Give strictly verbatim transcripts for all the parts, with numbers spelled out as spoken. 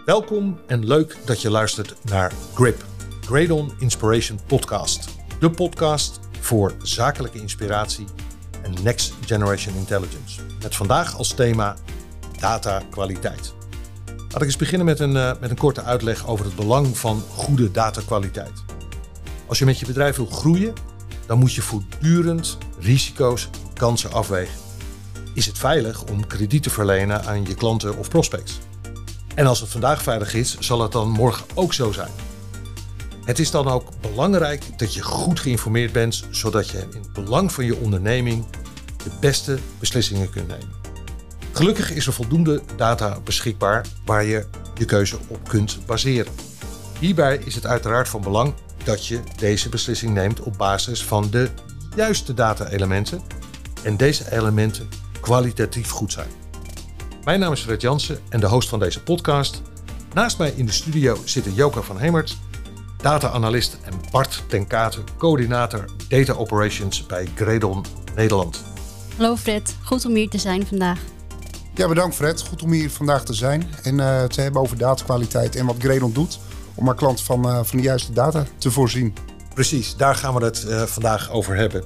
Welkom en leuk dat je luistert naar Grip, Gradon Inspiration Podcast. De podcast voor zakelijke inspiratie en Next Generation Intelligence. Met vandaag als thema datakwaliteit. Laat ik eens beginnen met een, uh, met een korte uitleg over het belang van goede datakwaliteit. Als je met je bedrijf wil groeien, dan moet je voortdurend risico's en kansen afwegen. Is het veilig om krediet te verlenen aan je klanten of prospects? En als het vandaag veilig is, zal het dan morgen ook zo zijn. Het is dan ook belangrijk dat je goed geïnformeerd bent, zodat je in het belang van je onderneming de beste beslissingen kunt nemen. Gelukkig is er voldoende data beschikbaar waar je je keuze op kunt baseren. Hierbij is het uiteraard van belang dat je deze beslissing neemt op basis van de juiste data-elementen en deze elementen kwalitatief goed zijn. Mijn naam is Fred Jansen en de host van deze podcast. Naast mij in de studio zitten Joke van Hemert, data-analyst, en Bart ten Kate, coördinator Data Operations bij Gradon Nederland. Hallo Fred, goed om hier te zijn vandaag. Ja, bedankt Fred. Goed om hier vandaag te zijn en uh, te hebben over datakwaliteit en wat Gradon doet om haar klanten van, uh, van de juiste data te voorzien. Precies, daar gaan we het uh, vandaag over hebben.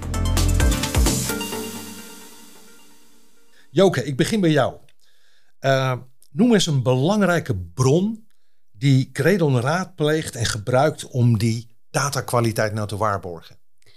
Joke, ik begin bij jou. Uh, noem eens een belangrijke bron die Gradon raadpleegt en gebruikt om die datakwaliteit nou te waarborgen.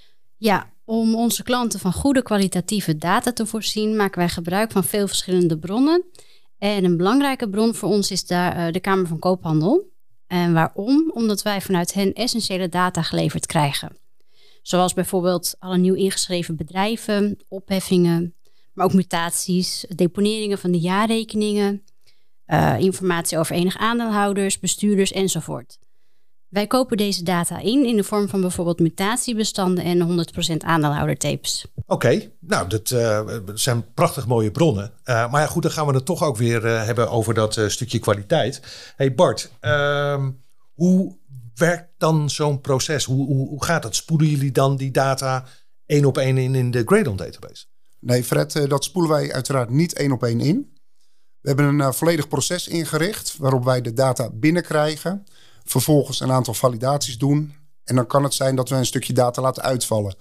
Ja, om onze klanten van goede kwalitatieve data te voorzien, maken wij gebruik van veel verschillende bronnen. En een belangrijke bron voor ons is daar uh, de Kamer van Koophandel. En waarom? Omdat wij vanuit hen essentiële data geleverd krijgen. Zoals bijvoorbeeld alle nieuw ingeschreven bedrijven, opheffingen, maar ook mutaties, deponeringen van de jaarrekeningen, uh, informatie over enige aandeelhouders, bestuurders enzovoort. Wij kopen deze data in in de vorm van bijvoorbeeld mutatiebestanden en honderd procent aandeelhoudertapes. Oké, okay, nou dat uh, zijn prachtig mooie bronnen. Uh, maar ja, goed, dan gaan we het toch ook weer uh, hebben over dat uh, stukje kwaliteit. Hey Bart, uh, hoe werkt dan zo'n proces? Hoe, hoe, hoe gaat dat? Spoelen jullie dan die data één op één in in de Gradon database? Nee Fred, dat spoelen wij uiteraard niet één op één in. We hebben een uh, volledig proces ingericht waarop wij de data binnenkrijgen. Vervolgens een aantal validaties doen. En dan kan het zijn dat we een stukje data laten uitvallen.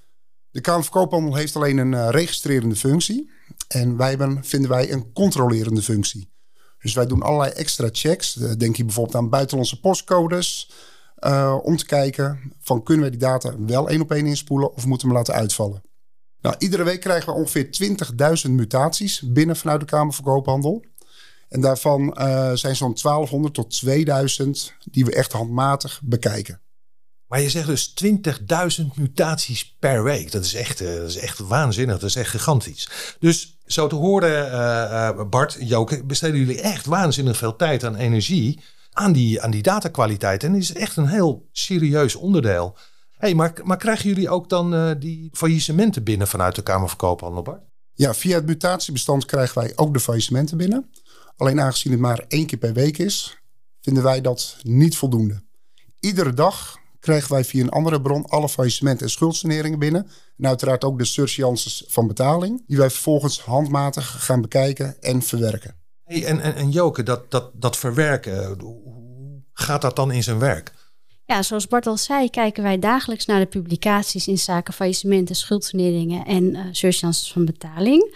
De Kamer van Koophandel heeft alleen een uh, registrerende functie. En wij hebben, vinden wij, een controlerende functie. Dus wij doen allerlei extra checks. Uh, denk je bijvoorbeeld aan buitenlandse postcodes. Uh, om te kijken van kunnen we die data wel één op één inspoelen of moeten we hem laten uitvallen. Nou, iedere week krijgen we ongeveer twintigduizend mutaties binnen vanuit de Kamer van Koophandel. En daarvan uh, zijn zo'n twaalfhonderd tot tweeduizend die we echt handmatig bekijken. Maar je zegt dus twintigduizend mutaties per week. Dat is echt, uh, dat is echt waanzinnig. Dat is echt gigantisch. Dus zo te horen, uh, uh, Bart, Joke, besteden jullie echt waanzinnig veel tijd en energie aan die, aan die datakwaliteit. En dat is echt een heel serieus onderdeel. Hey, maar, maar krijgen jullie ook dan uh, die faillissementen binnen vanuit de Kamer van Koophandel, Bart? Ja, via het mutatiebestand krijgen wij ook de faillissementen binnen. Alleen aangezien het maar één keer per week is, vinden wij dat niet voldoende. Iedere dag krijgen wij via een andere bron alle faillissementen en schuldsaneringen binnen. En uiteraard ook de surseances van betaling, die wij vervolgens handmatig gaan bekijken en verwerken. Hey, en, en, en Joke, dat, dat, dat verwerken, hoe gaat dat dan in zijn werk? Ja, zoals Bart al zei, kijken wij dagelijks naar de publicaties in zaken faillissementen, schuldsaneringen en uh, surseances van betaling.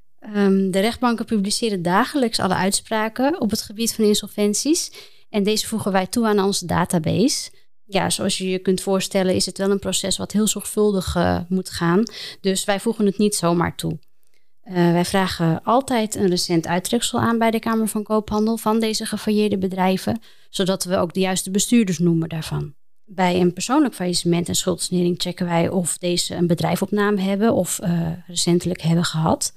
Um, de rechtbanken publiceren dagelijks alle uitspraken op het gebied van insolventies. En deze voegen wij toe aan onze database. Ja, zoals je je kunt voorstellen is het wel een proces wat heel zorgvuldig uh, moet gaan. Dus wij voegen het niet zomaar toe. Uh, wij vragen altijd een recent uittreksel aan bij de Kamer van Koophandel van deze gefailleerde bedrijven, zodat we ook de juiste bestuurders noemen daarvan. Bij een persoonlijk faillissement en schuldsanering checken wij of deze een bedrijfopname hebben of uh, recentelijk hebben gehad.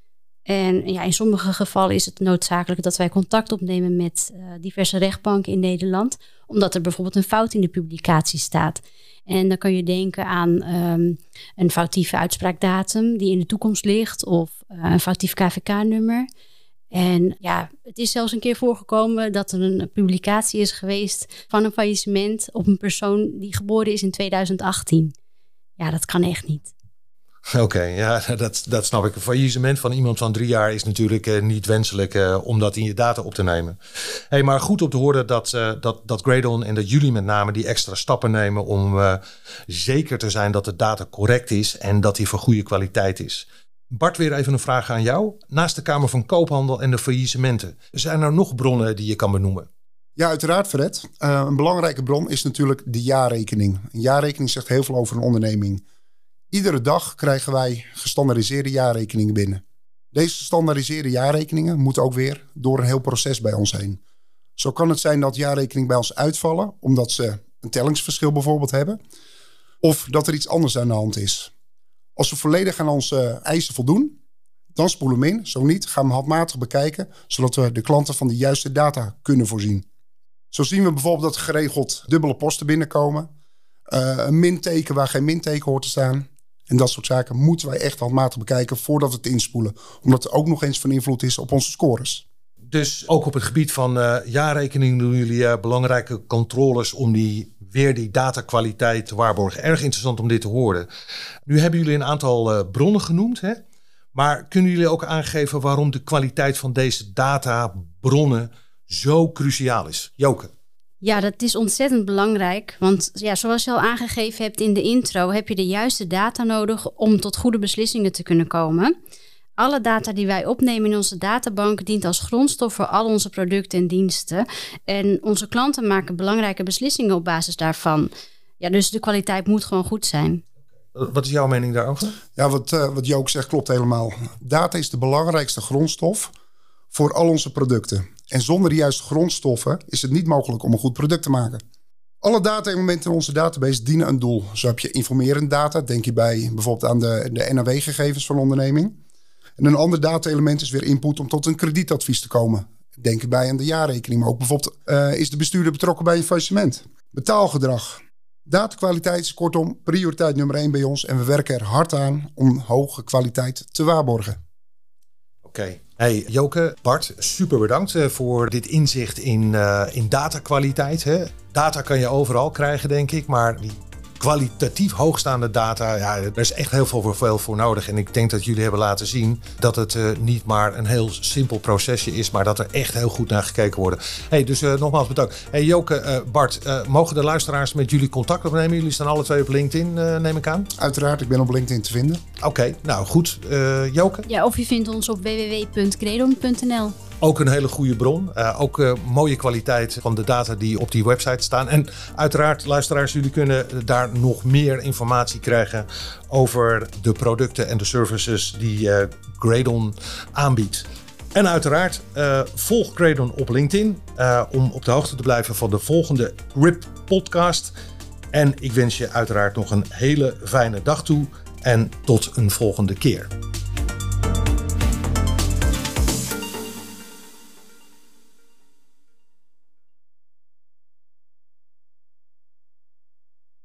En ja, in sommige gevallen is het noodzakelijk dat wij contact opnemen met uh, diverse rechtbanken in Nederland, omdat er bijvoorbeeld een fout in de publicatie staat. En dan kan je denken aan um, een foutieve uitspraakdatum die in de toekomst ligt of uh, een foutief K V K-nummer. En ja, het is zelfs een keer voorgekomen dat er een publicatie is geweest van een faillissement op een persoon die geboren is in tweeduizend achttien. Ja, dat kan echt niet. Oké, okay, ja, dat, dat snap ik. Een faillissement van iemand van drie jaar is natuurlijk uh, niet wenselijk uh, om dat in je data op te nemen. Hey, maar goed om te horen dat, uh, dat, dat Gradon en dat jullie met name die extra stappen nemen om uh, zeker te zijn dat de data correct is en dat die van goede kwaliteit is. Bart, weer even een vraag aan jou. Naast de Kamer van Koophandel en de faillissementen, zijn er nog bronnen die je kan benoemen? Ja, uiteraard, Fred. Uh, een belangrijke bron is natuurlijk de jaarrekening. Een jaarrekening zegt heel veel over een onderneming. Iedere dag krijgen wij gestandaardiseerde jaarrekeningen binnen. Deze gestandaardiseerde jaarrekeningen moeten ook weer door een heel proces bij ons heen. Zo kan het zijn dat jaarrekeningen bij ons uitvallen omdat ze een tellingsverschil bijvoorbeeld hebben. Of dat er iets anders aan de hand is. Als we volledig aan onze eisen voldoen, dan spoelen we hem in. Zo niet, gaan we hem handmatig bekijken, zodat we de klanten van de juiste data kunnen voorzien. Zo zien we bijvoorbeeld dat er geregeld dubbele posten binnenkomen. Uh, een minteken waar geen minteken hoort te staan. En dat soort zaken moeten wij echt handmatig bekijken voordat we het inspoelen. Omdat het ook nog eens van invloed is op onze scores. Dus ook op het gebied van uh, jaarrekening doen jullie uh, belangrijke controles om die, weer die datakwaliteit te waarborgen. Erg interessant om dit te horen. Nu hebben jullie een aantal uh, bronnen genoemd. Hè? Maar kunnen jullie ook aangeven waarom de kwaliteit van deze databronnen zo cruciaal is? Joke. Ja, dat is ontzettend belangrijk. Want ja, zoals je al aangegeven hebt in de intro, heb je de juiste data nodig om tot goede beslissingen te kunnen komen. Alle data die wij opnemen in onze databank dient als grondstof voor al onze producten en diensten. En onze klanten maken belangrijke beslissingen op basis daarvan. Ja, dus de kwaliteit moet gewoon goed zijn. Wat is jouw mening daarover? Ja, wat, uh, wat Joke zegt klopt helemaal. Data is de belangrijkste grondstof voor al onze producten. En zonder de juiste grondstoffen is het niet mogelijk om een goed product te maken. Alle data-elementen in onze database dienen een doel. Zo heb je informerende data. Denk je bij bijvoorbeeld aan de, de N A W-gegevens van een onderneming. En een ander data-element is weer input om tot een kredietadvies te komen. Denk erbij aan de jaarrekening. Maar ook bijvoorbeeld uh, is de bestuurder betrokken bij een faillissement. Betaalgedrag. Datakwaliteit is kortom prioriteit nummer één bij ons. En we werken er hard aan om hoge kwaliteit te waarborgen. Oké. Okay. Hey Joke, Bart, super bedankt voor dit inzicht in, uh, in datakwaliteit. Hè. Data kan je overal krijgen, denk ik. Maar die kwalitatief hoogstaande data, ja, er is echt heel veel voor, veel voor nodig. En ik denk dat jullie hebben laten zien dat het uh, niet maar een heel simpel procesje is, maar dat er echt heel goed naar gekeken wordt. Hey, dus uh, nogmaals bedankt. Hey Joke, uh, Bart, uh, mogen de luisteraars met jullie contact opnemen? Jullie staan alle twee op LinkedIn, uh, neem ik aan. Uiteraard, ik ben op LinkedIn te vinden. Oké, okay, nou goed. Uh, Joke? Ja, of je vindt ons op w w w punt gradon punt n l. Ook een hele goede bron. Uh, ook uh, mooie kwaliteit van de data die op die website staan. En uiteraard, luisteraars, jullie kunnen daar nog meer informatie krijgen over de producten en de services die uh, Gradon aanbiedt. En uiteraard, uh, volg Gradon op LinkedIn uh, om op de hoogte te blijven van de volgende R I P podcast. En ik wens je uiteraard nog een hele fijne dag toe en tot een volgende keer.